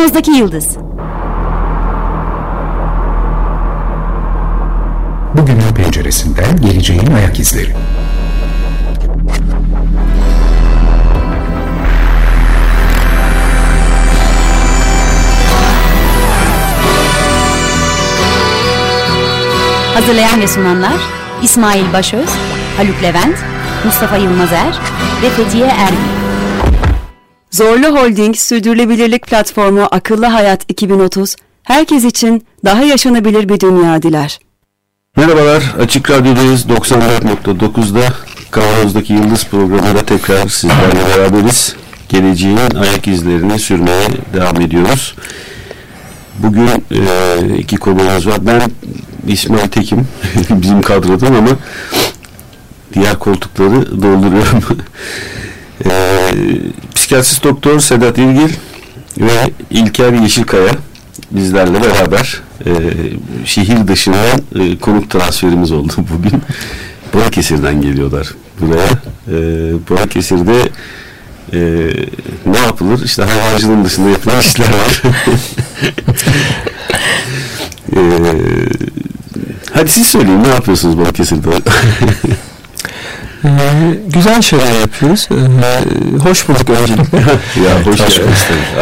Kavanozdaki Yıldız. Bugünün penceresinden geleceğin ayak izleri. Hazırlayan ve sunanlar İsmail Başöz, Haluk Levent, Mustafa Yılmazer ve Fethiye Erbil. Zorlu Holding Sürdürülebilirlik Platformu Akıllı Hayat 2030, herkes için daha yaşanabilir bir dünya diler. Merhabalar, Açık Radyo'dayız. 94.9'da Kavanoz'daki Yıldız programında tekrar sizlerle beraberiz. Geleceğin ayak izlerini sürmeye devam ediyoruz. Bugün iki konuğumuz var. Ben İsmail Tekim, bizim kadrodan, ama diğer koltukları dolduruyorum. Psikiyatrist doktor Sedat İlgil ve İlker Yeşilkaya bizlerle beraber şehir dışından konuk transferimiz oldu bugün. Balıkesir'den geliyorlar buraya. Balıkesir'de ne yapılır? İşte hayvancılığın dışında yapılan işler var. Hadi siz söyleyin, ne yapıyorsunuz Balıkesir'de? Güzel şeyler yapıyoruz. Hoş bulduk öncelikle. Ya hoş geldiniz.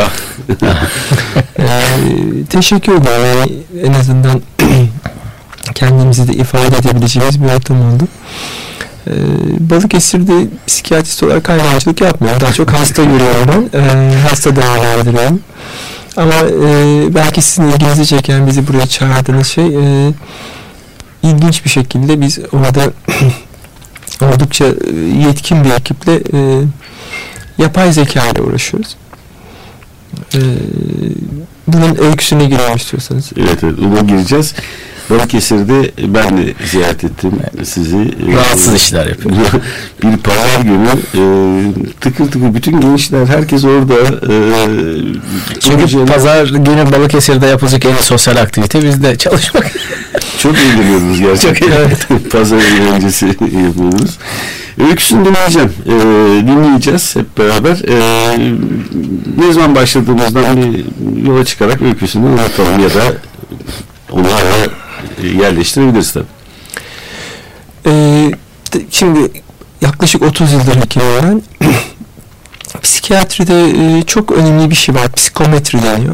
Teşekkür ederim. En azından kendimizi de ifade edebileceğimiz bir ortam oldu. Balıkesir'de psikiyatrist olarak hayvancılık yapmıyorum. Daha çok hasta görüyorum ben. Hasta değerlendiriyorum. Ama belki sizin ilginizi çeken, bizi buraya çağırdığınız şey ilginç bir şekilde biz orada oldukça yetkin bir ekiple yapay zeka ile uğraşıyoruz. Bunun öyküsüne girelim istiyorsanız. Evet, ona gireceğiz. Balıkesir'de ben de ziyaret ettim sizi. Rahatsız işler yapıyor. Bir pazar günü tıkır tıkır bütün gençler, herkes orada. Çünkü pazar günü Balıkesir'de yapılacak en sosyal aktivite bizde çalışmak. Çok eğleniyoruz gerçekten. Çok evet. Pazar eğlencesi yapıyoruz. Öyküsünü dinleyeceğiz hep beraber. Ne zaman başladığımızdan bir yola çıkarak öyküsünü anlatalım ya da onu yerleştirebiliriz tabii. Şimdi yaklaşık 30 yıldır hekim olan psikiyatride çok önemli bir şey var. Psikometri deniyor.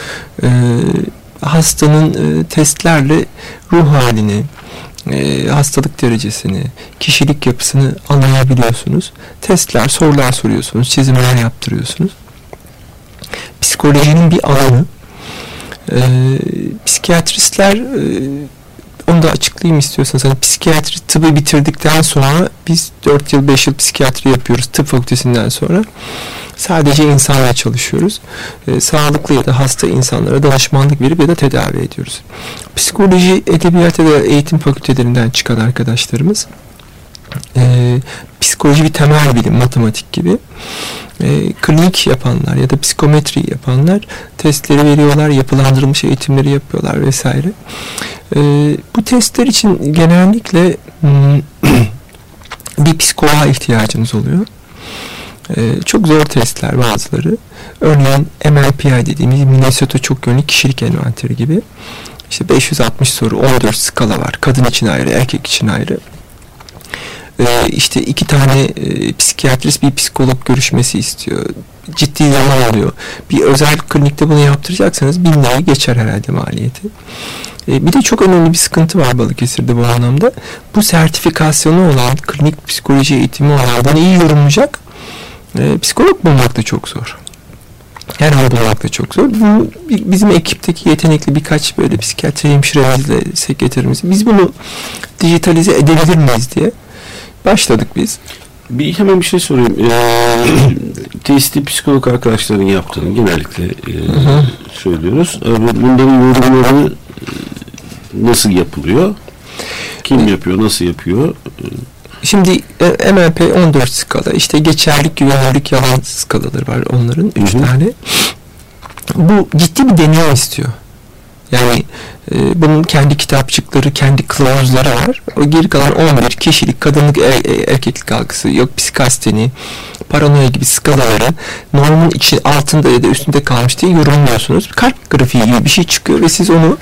Hastanın testlerle ruh halini, hastalık derecesini, kişilik yapısını anlayabiliyorsunuz. Testler, sorular soruyorsunuz, çizimler yaptırıyorsunuz. Psikolojinin bir alanı. Psikiyatristler, onu da açıklayayım istiyorsanız, hani psikiyatri tıbbı bitirdikten sonra biz 4 yıl 5 yıl psikiyatri yapıyoruz tıp fakültesinden sonra. Sadece insanla çalışıyoruz. Sağlıklı ya da hasta insanlara danışmanlık verip ya da tedavi ediyoruz. Psikoloji, edebiyat ya da eğitim fakültelerinden çıkan arkadaşlarımız, psikoloji bir temel bilim, matematik gibi. Klinik yapanlar ya da psikometri yapanlar testleri veriyorlar, yapılandırılmış eğitimleri yapıyorlar vesaire. Bu testler için genellikle bir psikoloğa ihtiyacınız oluyor. Çok zor testler bazıları. Örneğin MLPI dediğimiz Minnesota çok yönlü kişilik envanteri gibi. İşte 560 soru, 14 skala var. Kadın için ayrı, erkek için ayrı. İşte 2 tane psikiyatrist, bir psikolog görüşmesi istiyor. Ciddi zaman alıyor. Bir özel klinikte bunu yaptıracaksanız 1000 lirayı geçer herhalde maliyeti. Bir de çok önemli bir sıkıntı var Balıkesir'de bu anlamda. Bu sertifikasyonu olan, klinik psikoloji eğitimi olan, bunu iyi yorumlayacak psikolog bulmak da çok zor. Her an bulmak da çok zor. Bu bizim ekipteki yetenekli birkaç böyle psikiyatri hemşiremizle, sekreterimiz, biz bunu dijitalize edebilir miyiz diye başladık biz. Hemen bir şey sorayım. Testi psikolog arkadaşların yaptığını genellikle söylüyoruz. Bunların yorumları nasıl yapılıyor? Kim yapıyor? Nasıl yapıyor? Şimdi MLP 14 skala. İşte geçerlik, güvenlik, yalan skalaları var onların. 3 tane. Bu ciddi bir deneyim istiyor. Yani bunun kendi kitapçıkları, kendi kılavuzları var. O geri kalan 11 kişilik kadınlık, erkeklik algısı, yok psikasteni, paranoya gibi skalaları normun altında ya da üstünde kalmış diye yorumluyorsunuz. Kalp grafiği gibi bir şey çıkıyor ve siz onu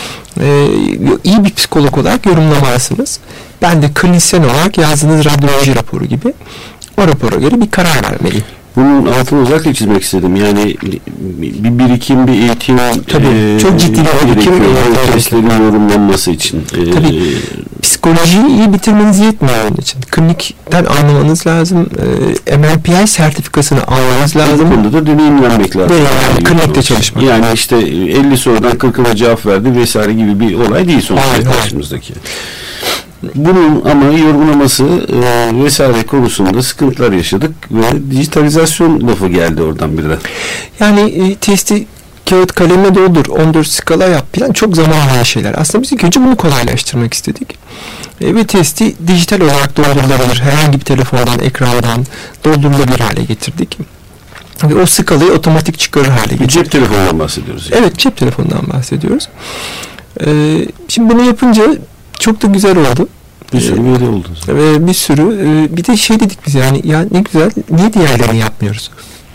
iyi bir psikolog olarak yorumlamalısınız. Ben de klinisyen olarak yazdığınız radyoloji raporu gibi o rapora göre bir karar vermeliyim. Bunun altını özellikle çizmek istedim. Yani bir birikim, bir eğitim, tabii, çok ciddi bir birikim, testlerin yorumlanması için. Tabii psikolojiyi iyi bitirmeniz yetmiyor onun için. Klinikten anlamanız lazım. MLPI sertifikasını almanız lazım. Bu konuda da deneyimlenmek lazım. Yani klinikte çalışmak. Yani işte 50 sorudan 40'ına cevap verdi vesaire gibi bir olay değil sonuçta karşımızdaki. Bunun ama yorumlaması vesaire konusunda sıkıntılar yaşadık ve dijitalizasyon lafı geldi oradan birden. Yani testi kağıt kalemle doldur, 14 skala yap falan çok zaman alan şeyler. Aslında biz ilk önce bunu kolaylaştırmak istedik. Ve testi dijital olarak doldurulabilir, herhangi bir telefondan, ekrandan doldurulabilir hale getirdik. Ve o skalayı otomatik çıkarır hale getirdik. Cep telefonundan bahsediyoruz. Yani. Evet, cep telefonundan bahsediyoruz. Şimdi bunu yapınca çok da güzel oldu. Bir sürü veri oldu. Bir sürü. Bir de şey dedik biz, yani ya ne güzel, niye diğerlerini yapmıyoruz?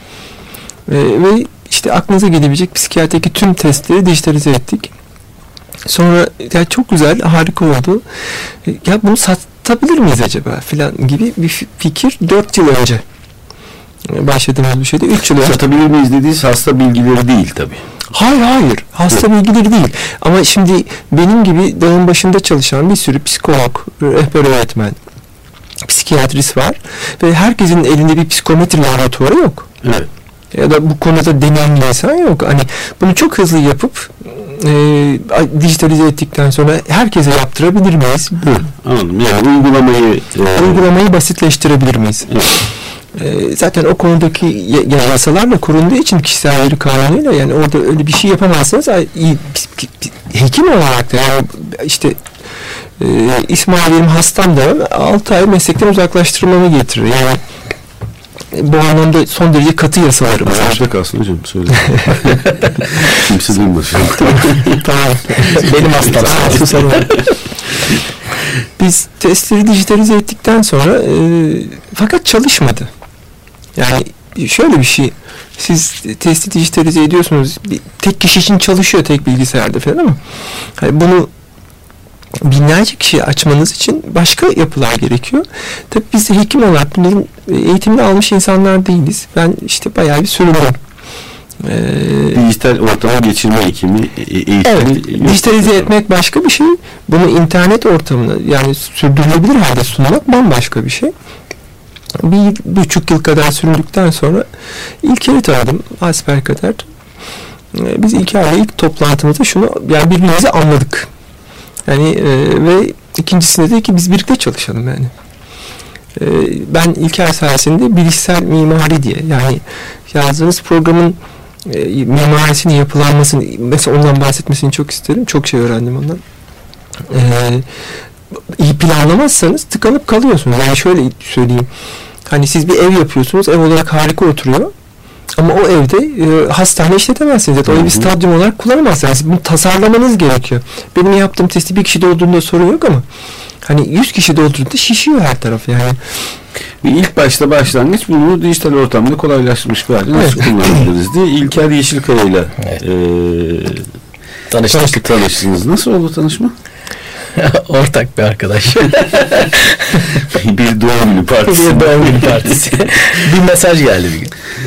Ve işte aklınıza gelebilecek psikiyatrideki tüm testleri dijitalize ettik. Sonra ya çok güzel, harika oldu. Ya bunu satabilir miyiz acaba filan gibi bir fikir 4 yıl önce başladığımız bir şeydi. 3 yıl önce. Satabilir miyiz dediğiniz hasta bilgileri değil tabii. Hayır. Hasta bilgileri değil. Ama şimdi benim gibi dağın başında çalışan bir sürü psikolog, rehber öğretmen, psikiyatrist var ve herkesin elinde bir psikometri laboratuvarı yok. Evet. Ya da bu konuda deneyimli insan yok. Hani bunu çok hızlı yapıp dijitalize ettikten sonra herkese yaptırabilir miyiz? Anladım. Yani uygulamayı basitleştirebilir miyiz? Evet. Zaten o konudaki yasalarla korunduğu için kişisel veri kanunuyla, yani orada öyle bir şey yapamazsanız hekim olarak da yani işte İsmail benim hastam da 6 ay meslekten uzaklaştırmamı getirir. Yani bu anlamda son derece katı yasalarımız var. Ayakta kalsın hocam, söyle. Kimse duymasın. Tamam. Benim hastam. Biz testleri dijitalize ettikten sonra fakat çalışmadı. Yani şöyle bir şey, siz testi dijitalize ediyorsunuz, tek kişi için çalışıyor tek bilgisayarda falan ama hani bunu binlerce kişiye açmanız için başka yapılar gerekiyor. Tabii biz hekim olarak bunların eğitimini almış insanlar değiliz. Ben işte bayağı bir süründüm. Dijital ortama geçirme eğitimi. Evet, dijitalize etmek başka bir şey. Bunu internet ortamına, yani sürdürülebilir halde sunmak bambaşka bir şey. 1,5 yıl kadar süründükten sonra İlker'i tanıdım, hasbelkader. Biz İlker'le ilk toplantımızda şunu, yani birbirimizi anladık. Yani ve ikincisinde de ki biz birlikte çalışalım yani. Ben İlker sayesinde bilişsel mimari diye, yani yazdığınız programın mimarisinin yapılanmasını, mesela ondan bahsetmesini çok isterim. Çok şey öğrendim ondan. İyi planlamazsanız tıkanıp kalıyorsunuz. Yani şöyle söyleyeyim. Hani siz bir ev yapıyorsunuz, ev olarak harika oturuyor. Ama o evde hastane işletemezsiniz. Ya da o evi stadyum olarak kullanamazsınız. Bunu tasarlamanız gerekiyor. Benim yaptığım testi bir kişi doldurduğunda sorun yok ama hani 100 kişi doldurduğunda şişiyor her taraf yani. İlk başlangıç bunu dijital ortamda kolaylaştırmış bir halde nasıl kullanabiliriz diye İlker Yeşilkaya ile tanıştınız. Nasıl oldu tanışma? Ortak bir arkadaş. Bir doğum günü partisi. Bir mesaj geldi bir gün.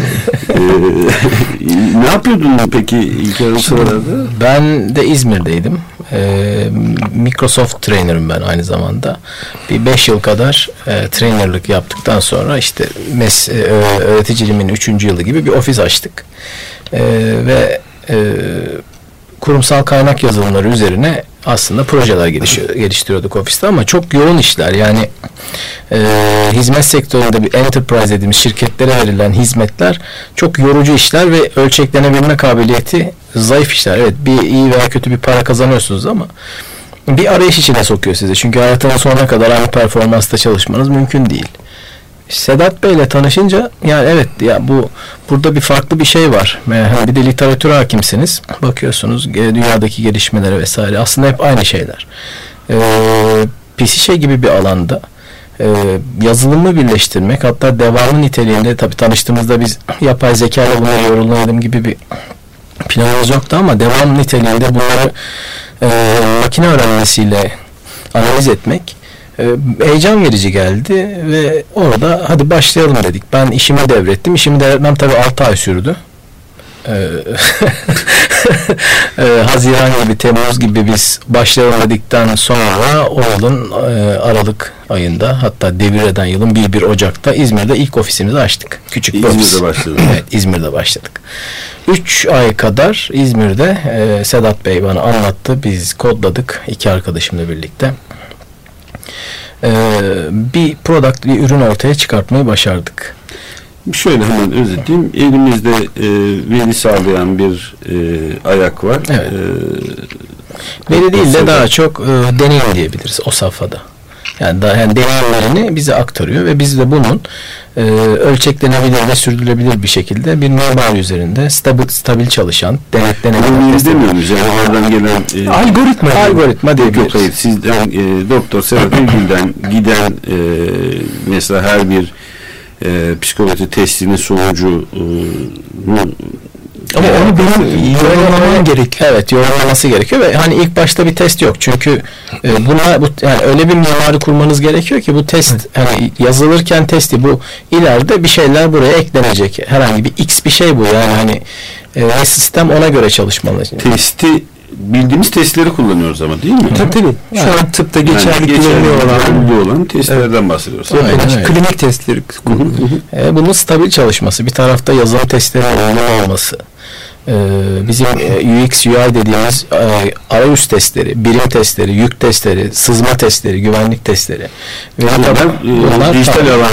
Ne yapıyordun peki İlker o sıralarda? Ben de İzmir'deydim. Microsoft trainer'ım ben aynı zamanda. Bir 5 yıl kadar trainerlık yaptıktan sonra işte öğreticiliğimin 3. yılı gibi bir ofis açtık. Ve kurumsal kaynak yazılımları üzerine aslında projeler geliştiriyorduk ofiste ama çok yoğun işler. Yani hizmet sektöründe bir enterprise dediğimiz şirketlere verilen hizmetler çok yorucu işler ve ölçeklenebilme kabiliyeti zayıf işler. Evet, bir iyi veya kötü bir para kazanıyorsunuz ama bir arayış içine sokuyor sizi. Çünkü hayatınızın sonuna kadar aynı performansta çalışmanız mümkün değil. Sedat Bey'le tanışınca yani evet ya burada bir farklı bir şey var. Bir de literatüre hakimsiniz. Bakıyorsunuz dünyadaki gelişmelere vesaire. Aslında hep aynı şeyler. PC gibi bir alanda yazılımı birleştirmek, hatta devamlı niteliğinde, tabii tanıştığımızda biz yapay zeka ile bunları yorumlayalım gibi bir planımız yoktu ama devamlı niteliğinde bunları makine öğrenmesiyle analiz etmek heyecan verici geldi ve orada hadi başlayalım dedik. Ben işimi devrettim. İşimi devretmem tabii 6 ay sürdü. Haziran gibi, Temmuz gibi biz başlayalım dedikten sonra o yılın Aralık ayında, hatta devir eden yılın 1 Ocak'ta İzmir'de ilk ofisimizi açtık. Küçük bir ofis. İzmir'de başladık. Evet, İzmir'de başladık. 3 ay kadar İzmir'de Sedat Bey bana anlattı. Biz kodladık 2 arkadaşımla birlikte. Bir ürün ortaya çıkartmayı başardık. Şöyle hemen özetleyeyim. Elimizde veri sağlayan bir ayak var. Evet. Veri değil de daha çok deneyim diyebiliriz o safhada. Yani deneyimlerini bize aktarıyor ve biz de bunun ölçeklenebilir ve sürdürülebilir bir şekilde bir normal üzerinde stabil çalışan, denetlenebilir. Demiyor muyuz? Yani oradan gelen algoritma diyebiliriz. Hayır, sizden Doktor Sedat Ülgül'den giden mesela her bir psikoloji testinin sonucu ama onu benim yorumlamam gerekiyor. Evet, yorumlaması gerekiyor ve hani ilk başta bir test yok. Çünkü yani öyle bir mimari kurmanız gerekiyor ki bu test hani yazılırken testi bu ileride bir şeyler buraya eklenecek. Herhangi bir X bir şey bu. Yani hani sistem ona göre çalışmalı. Testi bildiğimiz testleri kullanıyoruz ama değil mi? Tabii. Şu an tıpta geçerli olan testlerden bahsediyoruz. Evet. Klinik testleri. Bunun stabil çalışması, bir tarafta yazılım testlerinin uyumlu olması, bizim UX UI dediğimiz arayüz testleri, birim testleri, yük testleri, sızma testleri, güvenlik testleri. Ve bunlar dijital alan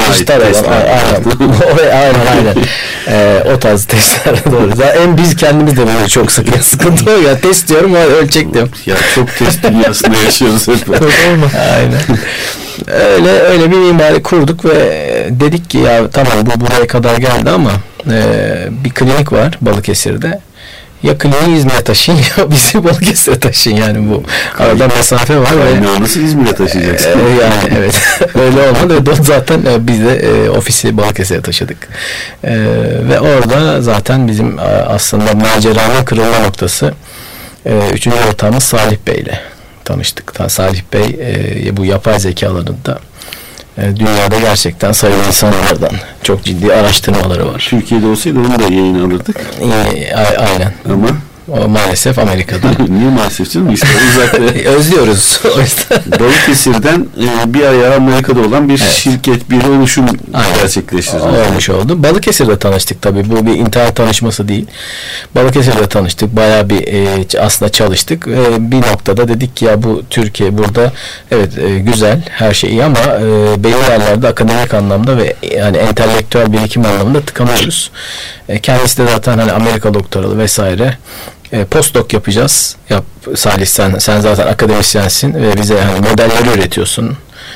aynen. O tarz testler doğru. Zaten biz kendimiz de böyle çok sıkıntı oluyor. Test diyorum ama ölçek diyorum. Ya çok test dünyasında yaşıyoruz hep. Aynen. Öyle bir mimari kurduk ve dedik ki ya tamam bu buraya kadar geldi ama bir klinik var Balıkesir'de. Ya kliniği İzmir'e taşıyın ya bizi Balıkesir'e taşıyın, yani bu arada mesafe var. Nasıl İzmir'e taşıyacaksın? Yani evet öyle olmadı. Zaten biz de ofisi Balıkesir'e taşıdık. Ve orada zaten bizim aslında maceranın kırılma noktası 3. ortağımız Salih Bey ile tanıştık. Salih Bey bu yapay zeka alanında dünyada gerçekten sayılı insanlardan çok ciddi araştırmaları var. Türkiye'de olsaydı onu da yayına alırdık. Aynen. Ama o maalesef Amerika'da. Niye maalesef canım? İşte uzakta. Özlüyoruz. O yüzden. Balıkesir'den bir ayağı Amerika'da olan bir şirket, bir oluşum gerçekleştirdi. Olmuş oldu. Balıkesir'de tanıştık tabii. Bu bir internet tanışması değil. Balıkesir'de tanıştık. Bayağı bir aslında çalıştık. Bir noktada dedik ki ya bu Türkiye burada evet güzel, her şey iyi ama belli yerlerde akademik anlamda ve yani entelektüel birikim anlamında tıkanıyoruz. Kendisi de zaten hani Amerika doktoralı vesaire. Postdoc yapacağız. Salih sen zaten akademisyensin ve bize hani modelleri üretiyorsun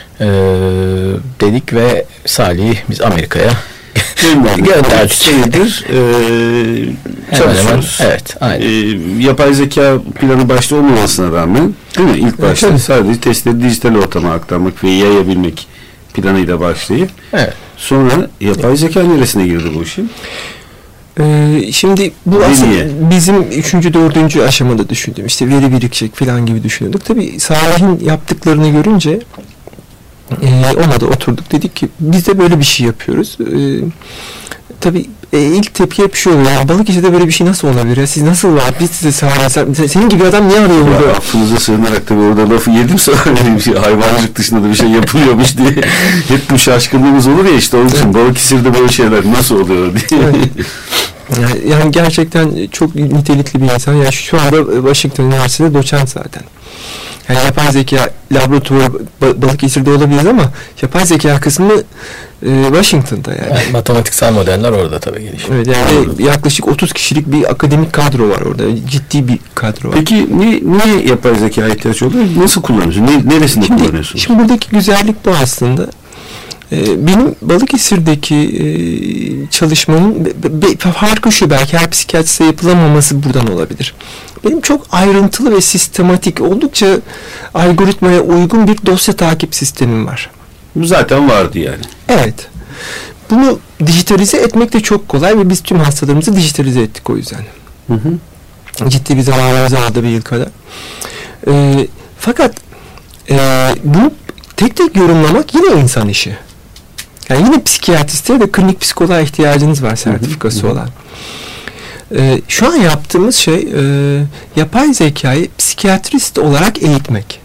dedik ve Salih'i biz Amerika'ya gönderdik. Senedir çalışıyoruz. Evet, aynen. Yapay zeka planı başta olmamasına rağmen değil mi? İlk başta sadece testleri dijital ortama aktarmak ve yayabilmek planıyla başlayıp sonra yapay zeka neresine girdi bu işin? Şimdi bu aslında bizim 3. 4. aşamada düşündüğüm işte veri birikecek falan gibi düşünüyorduk. Tabii Salih'in yaptıklarını görünce ona da oturduk, dedik ki biz de böyle bir şey yapıyoruz. Tabii ilk tepki hep şu oluyor. Yani Balıkesir'de böyle bir şey nasıl olabilir ya? Siz nasıl var? Biz size Salih, senin gibi adam niye arıyor burada? Affınıza sığınarak tabii orada lafı yedim sonra bir şey, hayvancılık dışında da bir şey yapılıyormuş diye hep bu şaşkınlığımız olur ya, işte onun için Balıkesir'de böyle şeyler nasıl oluyor diye. Yani gerçekten çok nitelikli bir insan. Yani şu anda Washington Üniversitesi'de doçent zaten. Yani yapay zeka laboratuvarı Balıkesir'de olabilir ama yapay zeka kısmı Washington'da yani. Matematiksel modeller orada tabii gelişiyor. Evet, yani yaklaşık 30 kişilik bir akademik kadro var orada. Ciddi bir kadro var. Peki niye yapay zekaya ihtiyaç oluyor? Nasıl kullanıyorsun? Neresinde kullanıyorsunuz? Şimdi buradaki güzellik bu aslında. Benim Balıkesir'deki çalışmamın farkı şu, belki her psikiyatriste yapılamaması buradan olabilir. Benim çok ayrıntılı ve sistematik, oldukça algoritmaya uygun bir dosya takip sistemim var. Bu zaten vardı yani. Evet. Bunu dijitalize etmek de çok kolay ve biz tüm hastalarımızı dijitalize ettik o yüzden. Hı hı. Ciddi bir zamanımız aldı, bir yıl kadar. Fakat bunu tek tek yorumlamak yine insan işi. Yani yine psikiyatriste de klinik psikoloğa ihtiyacınız var, sertifikası olan. Şu an yaptığımız şey yapay zekayı psikiyatrist olarak eğitmek.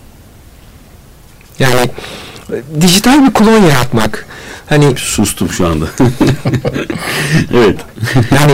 Yani dijital bir klon yaratmak. Hani sustum şu anda. Evet. Yani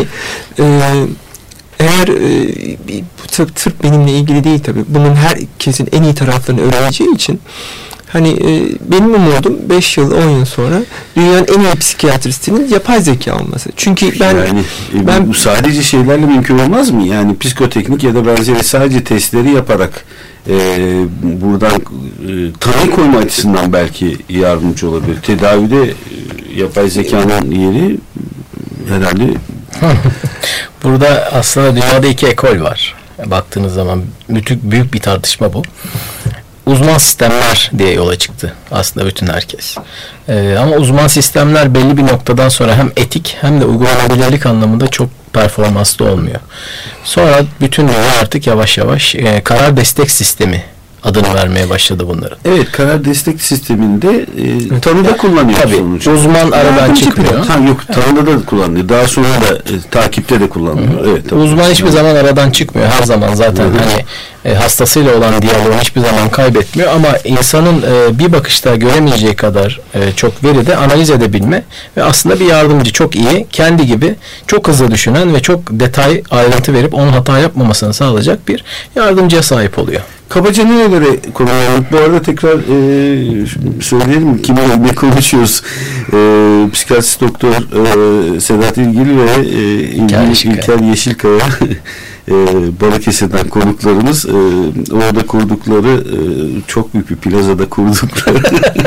eğer bu sırf benimle ilgili değil tabii. Bunun herkesin en iyi taraflarını öğreneceği için hani benim umudum 5 yıl 10 yıl sonra dünyanın en iyi psikiyatristinin yapay zeka olması. Çünkü ben bu sadece şeylerle mümkün olmaz mı? Yani psikoteknik ya da benzeri sadece testleri yaparak buradan tanı koyma açısından belki yardımcı olabilir. Tedavide yapay zekanın yeri herhalde. Burada aslında dünyada 2 ekol var. Baktığınız zaman büyük bir tartışma bu. Uzman sistemler diye yola çıktı aslında bütün herkes. Ama uzman sistemler belli bir noktadan sonra hem etik hem de uygulanabilirlik anlamında çok performanslı olmuyor. Sonra bütün dünya artık yavaş yavaş karar destek sistemi adını vermeye başladı bunların. Evet, karar destek sisteminde tanıda kullanıyor sonuçta. Uzman aradan çıkmıyor. Yok, tanıda da kullanılıyor. Daha sonra da takipte de kullanılıyor. Evet, uzman hiçbir zaman aradan çıkmıyor. Her zaman zaten hani hastasıyla olan diyaloğu hiçbir zaman kaybetmiyor ama insanın bir bakışta göremeyeceği kadar çok veride analiz edebilme ve aslında bir yardımcı, çok iyi, kendi gibi çok hızlı düşünen ve çok detay ayrıntı verip onun hata yapmamasını sağlayacak bir yardımcıya sahip oluyor. Kabaca nerelere konuşuyoruz? Bu arada tekrar söyleyelim kiminle ne konuşuyoruz. Psikiyatrist doktor Sedat İlgili ve İlker Yeşilkaya Balıkesir'den konuklarımız. Orada kurdukları çok büyük bir plazada kurdukları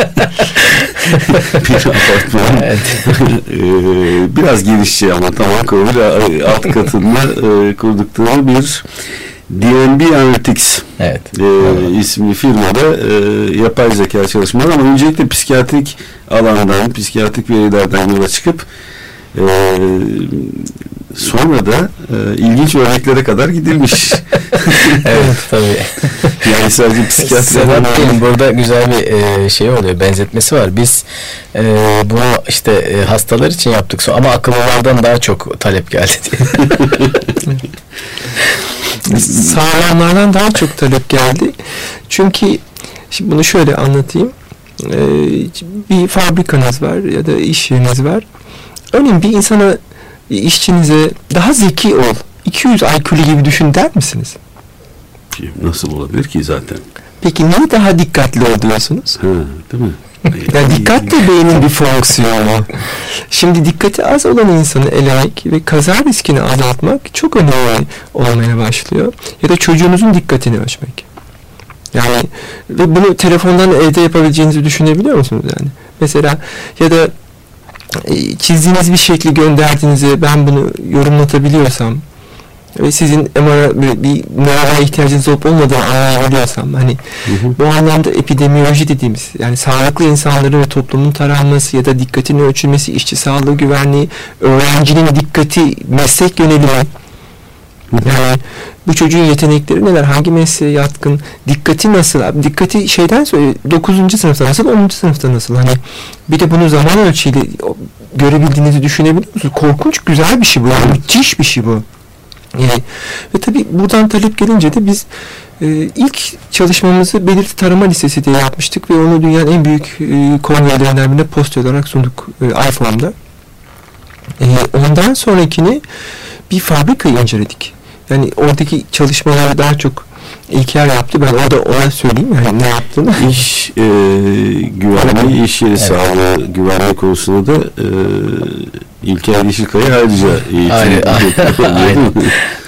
bir apartman. Biraz genişçe ama tamam kabul, alt katında kurdukları bir DNB Analytics isimli firmada yapay zeka çalışmaları, ama öncelikle psikiyatrik alandan, psikiyatrik verilerden yola çıkıp sonra da ilginç örneklere kadar gidilmiş. Evet tabii. Yani sadece psikiyatri. Sedat Bey'in burada güzel bir şey oluyor, benzetmesi var. Biz bunu işte hastalar için yaptık ama akıllılardan daha çok talep geldi diye. Sağlamlardan daha çok talep geldi. Çünkü şimdi bunu şöyle anlatayım. Bir fabrikanız var ya da iş yeriniz var. Örneğin bir insana, işçinize daha zeki ol, 200 IQ'lu gibi düşün der misiniz? Nasıl olabilir ki zaten? Peki niye daha dikkatli ol diyorsunuz? Değil mi? Yani dikkat de beynin bir fonksiyonu. Şimdi dikkati az olan insanı elemek ve kaza riskini azaltmak çok önemli olmaya başlıyor. Ya da çocuğunuzun dikkatini ölçmek. Yani ve bunu telefondan evde yapabileceğinizi düşünebiliyor musunuz yani? Mesela ya da çizdiğiniz bir şekli gönderdiğinizde ben bunu yorumlatabiliyorsam ve sizin bir MR'a ihtiyacınız olup olmadığını anlayabiliyorsam, hani bu anlamda epidemiyoloji dediğimiz, yani sağlıklı insanların ve toplumun taranması ya da dikkatinin ölçülmesi, işçi sağlığı güvenliği, öğrencinin dikkati, meslek yönelimi, yani bu çocuğun yetenekleri neler, hangi mesleğe yatkın, dikkati nasıl, dikkati şeyden sonra 9. sınıfta nasıl, 10. sınıfta nasıl, hani bir de bunu zaman ölçüyle görebildiğinizi düşünebiliyor musunuz? Korkunç güzel bir şey bu, yani müthiş bir şey bu. Ve tabii buradan talep gelince de biz ilk çalışmamızı belirti tarama listesi diye yapmıştık ve onu dünyanın en büyük kongrelerinden birine poster olarak sunduk iPhone'da. Ondan sonrakini bir fabrikayı inceledik. Yani oradaki çalışmaları daha çok İlker yaptı. Ben orada ona söyleyeyim yani ne yaptığını. İş güvenliği, iş yeri sağlığı güvenliği konusunda da İlker Yeşilkaya ayrıca Aynen.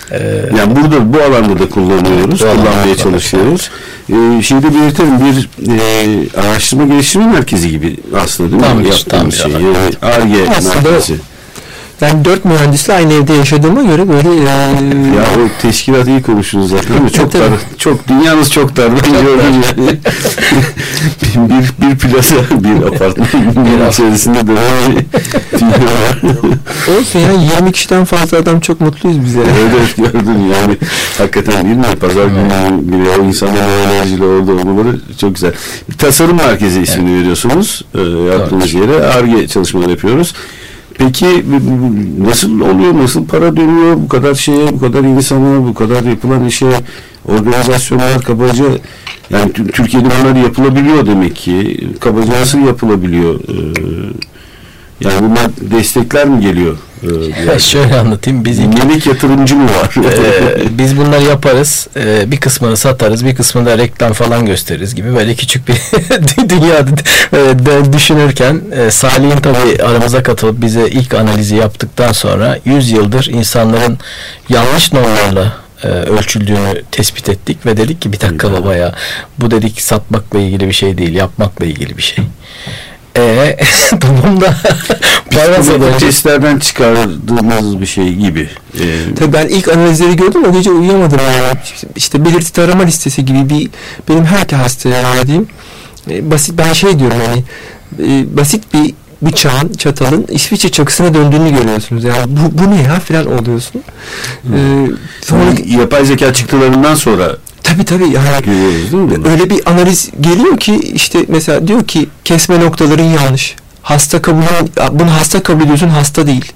Yani burada bu alanda da kullanıyoruz, kullanmaya çalışıyoruz. Şeyde belirtelim, bir araştırma geliştirme merkezi gibi aslında, değil mi? Yaptığımız şey. Yani ARGE merkezi. Ben 4 mühendisle aynı evde yaşadığıma göre böyle ya o teşkilat iyi konuştunuz zaten ama çok dar, çok dünyanız çok dar. Ben gördüm yani. bir plaza, bir apartman içerisinde de dünya var. Olsun yani 20 kişiden fazla adam, çok mutluyuz biz yani. Evet gördüm yani. Hakikaten değil mi? Pazar günü bile o insanların enerjiyle orada olmaları çok güzel. Bir tasarım merkezi ismini veriyorsunuz. Yaptığınız yere ARGE çalışmalar yapıyoruz. Peki nasıl oluyor, nasıl para dönüyor bu kadar şeye, bu kadar insana, bu kadar yapılan işe, organizasyonlar kabaca, yani Türkiye'de bunlar yapılabiliyor demek ki, kabaca nasıl yapılabiliyor? Yani bunlar destekler mi geliyor? Şöyle anlatayım. Yemek yatırımcı mı var? Biz bunları yaparız. Bir kısmını satarız. Bir kısmını da reklam falan gösteririz gibi. Böyle küçük bir dünya düşünürken Salih'in tabii aramıza katılıp bize ilk analizi yaptıktan sonra 100 yıldır insanların yanlış normlarla ölçüldüğünü tespit ettik ve dedik ki bir dakika baba ya, bu dedik satmakla ilgili bir şey değil, yapmakla ilgili bir şey. Toplumda testlerden çıkardığımız bir şey gibi. Tabii ben ilk analizleri gördüm, o gece uyuyamadım yani. İşte belirti tarama listesi gibi benim her hastaya verdiğim basit, ben şey diyorum yani, basit bir bıçağın, çatalın İsviçre çakısına döndüğünü görüyorsunuz. Yani bu ne ya filan oluyorsun. Sonra yapay zeka çıktılarından sonra tabii yani öyle bir analiz geliyor ki işte mesela diyor ki kesme noktaların yanlış. Hasta kabul, bunu hasta kabul ediyorsun, hasta değil.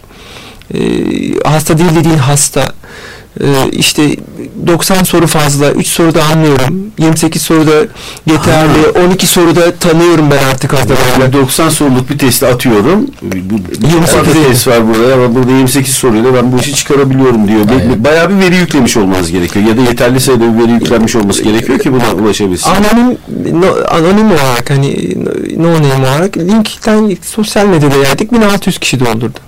Hasta değil dediğin hasta. İşte 90 soru fazla, 3 soruda anlıyorum, 28 soruda yeterli, 12 soruda tanıyorum ben artık hastaları. 90 soruluk bir testi atıyorum. 28 test var burada ama burada 28 soruyla ben bu işi çıkarabiliyorum diyor. Bayağı bir veri yüklemiş olmanız gerekiyor ya da yeterli sayıda bir veri yüklenmiş olması gerekiyor ki buna ulaşabilsin. Anonim olarak, hani no name olarak linkten sosyal medyada yaydık, 1600 kişi doldurdu.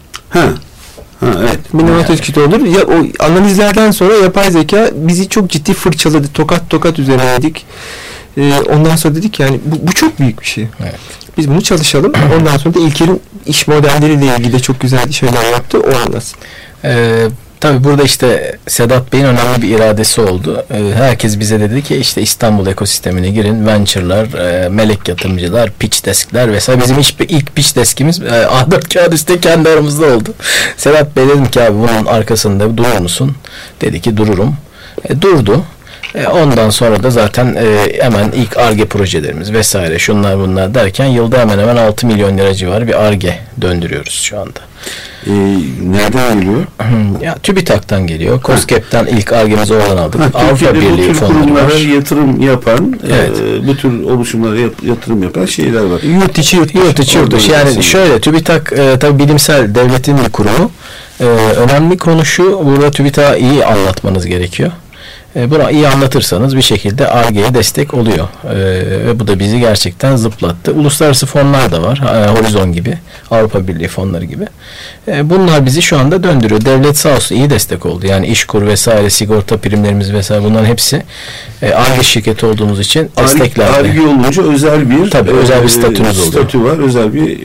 Evet. 1600 kişi olur. Ya o analizlerden sonra yapay zeka bizi çok ciddi fırçaladı. Tokat üzerineydik. Ondan sonra dedik yani bu çok büyük bir şey. Evet. Biz bunu çalışalım. Ondan sonra da İlker'in iş modelleriyle ilgili de çok güzel şeyler yaptı. O anlasın. Tabii burada işte Sedat Bey'in önemli bir iradesi oldu. Herkes bize dedi ki işte İstanbul ekosistemine girin. Venture'lar, melek yatırımcılar, pitch deskler vesaire. Bizim ilk pitch deskimiz A4 kağıt üstte kendi aramızda oldu. Sedat Bey dedim ki abi bunun arkasında durur musun? Dedi ki dururum. Durdu. Ondan sonra da zaten hemen ilk ARGE projelerimiz vesaire şunlar bunlar derken yılda hemen 6 milyon lira civarı bir ARGE döndürüyoruz şu anda. Nereden geliyor? Ya TÜBİTAK'tan geliyor. KOSGEB'den ilk ARGE'mizi oradan aldık. Avrupa Birliği fonları var. Yatırım yapan, bu tür oluşumlara yatırım yapan şeyler var. Yurt içi. Yani şöyle TÜBİTAK tabii bilimsel devletin bir kurumu. Önemli konu şu, burada TÜBİTAK'ı iyi anlatmanız gerekiyor. Bunu iyi anlatırsanız bir şekilde ARGE'ye destek oluyor. Ve bu da bizi gerçekten zıplattı. Uluslararası fonlar da var. Horizon gibi, Avrupa Birliği fonları gibi. Bunlar bizi şu anda döndürüyor. Devlet sağ olsun iyi destek oldu. Yani İşkur vesaire, sigorta primlerimiz vesaire bunların hepsi ARGE şirketi olduğumuz için desteklerdi. ARGE olunca özel bir statünüz oluyor. Statü var. Özel bir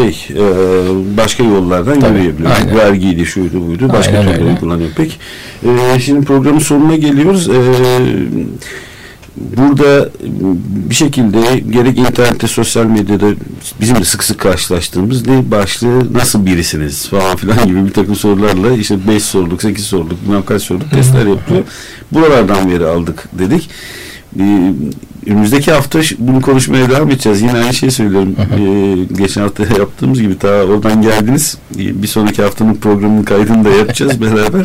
başka yollardan yürüyebiliyor. Vergiydi, şuydu buydu. Başka türlü kullanıyor. Peki şimdi programın sonuna geliyoruz. Burada bir şekilde gerek internette, sosyal medyada bizim de sık sık karşılaştığımız ne başlığı, nasıl birisiniz falan filan gibi bir takım sorularla işte 5 soruluk, 8 soruluk, bilmem kaç soruluk testler yapıyor. Buralardan veri aldık dedik. Önümüzdeki hafta bunu konuşmaya devam edeceğiz. Yine aynı şeyi söylüyorum. Geçen hafta yaptığımız gibi ta oradan geldiniz. Bir sonraki haftanın programının kaydını da yapacağız beraber.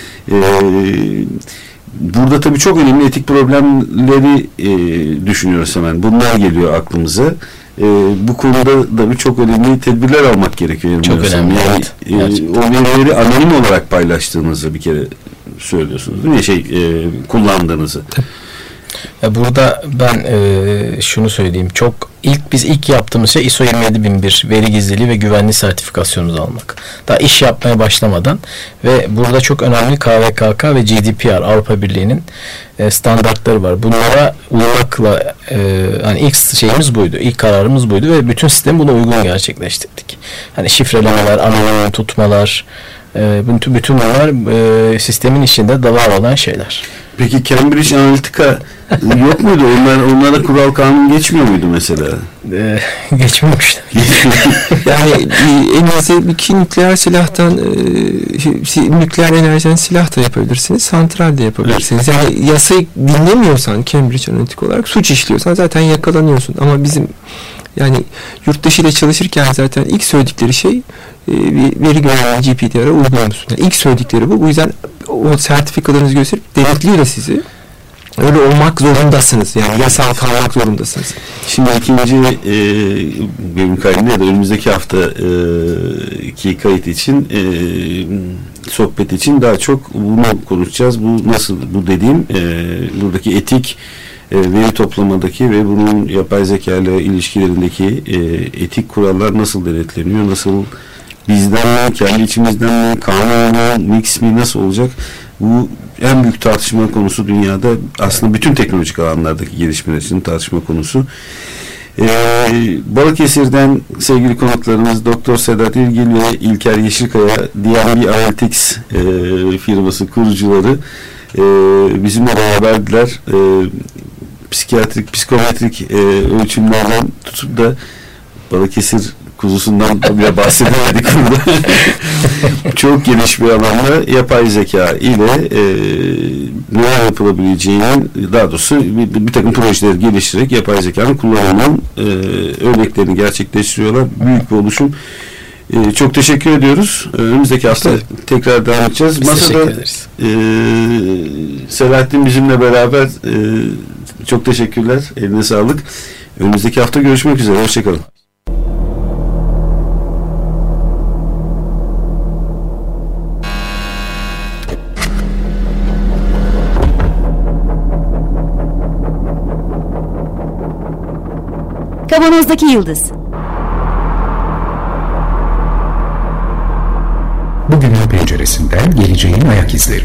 Burada tabii çok önemli etik problemleri düşünüyoruz hemen. Bunlar geliyor aklımıza. Bu konuda da çok önemli tedbirler almak gerekiyor. Çok önemli. Yani, o verileri anonim olarak paylaştığınızı bir kere söylüyorsunuz değil mi? Kullandığınızı. Burada ben şunu söyleyeyim. Biz ilk yaptığımız şey ISO 27001 veri gizliliği ve güvenliği sertifikasyonumuzu almak. Daha iş yapmaya başlamadan ve burada çok önemli KVKK ve GDPR Avrupa Birliği'nin standartları var. Bunlara uymakla hani ilk şeyimiz buydu. İlk kararımız buydu ve bütün sistemi buna uygun gerçekleştirdik. Hani şifrelemeler, anonim tutmalar, bütün bunlar sistemin içinde de var olan şeyler. Peki Cambridge Analytica yok muydu? Onlara kural kanun geçmiyor muydu mesela? Geçmiyormuş. Yani elinizde bir nükleer silahtan nükleer enerjiden silah da yapabilirsiniz, santral de yapabilirsiniz. Yani yasayı dinlemiyorsan Cambridge Analytica olarak suç işliyorsan zaten yakalanıyorsun. Ama bizim yani yurt dışı ile çalışırken zaten ilk söyledikleri şey veri güvenliği GDPR'a uygun musun? Yani ilk söyledikleri bu. Bu yüzden o sertifikalarınızı gösterip denetliyor da sizi. Öyle olmak zorundasınız. Yani yasal kalmak zorundasınız. Şimdi ikinci bölüm kaydında ya da önümüzdeki haftaki kayıt için sohbet için daha çok bunu konuşacağız. Bu nasıl, bu dediğim buradaki etik veri toplamadaki ve bunun yapay zeka ile ilişkilerindeki etik kurallar nasıl denetleniyor, nasıl bizden mi, kendi içimizden mi, kanun mu, mix mi, nasıl olacak? Bu en büyük tartışma konusu dünyada, aslında bütün teknolojik alanlardaki gelişmeler için tartışma konusu. Balıkesir'den sevgili konuklarımız Doktor Sedat İlgil ve İlker Yeşilkaya, DNB Analytics firması kurucuları bizimle beraberdiler. Psikiyatrik, psikometrik ölçümlerden tutup da Balıkesir kuzusundan bile bahsedemedik burada. Çok geniş bir alanda yapay zeka ile neler yapılabileceğinin, daha doğrusu bir takım projeleri geliştirerek yapay zekanın kullanımının örneklerini gerçekleştiriyorlar. Büyük bir oluşum. Çok teşekkür ediyoruz. Önümüzdeki hafta tekrar devam edeceğiz. Biz Masada Selahattin bizimle beraber. Çok teşekkürler. Eline sağlık. Önümüzdeki hafta görüşmek üzere. Hoşçakalın. Kavanozdaki Yıldız. Bugünün penceresinden geleceğin ayak izleri.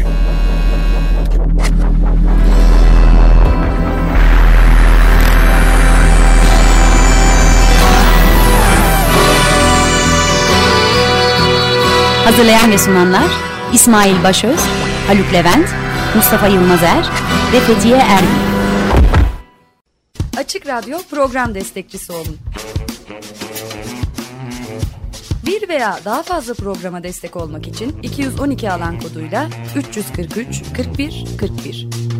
Hazırlayan ve sunanlar İsmail Başöz, Haluk Levent, Mustafa Yılmazer ve Fethiye Erbil. Açık Radyo program destekçisi olun. Bir veya daha fazla programa destek olmak için 212 alan koduyla 343 41 41.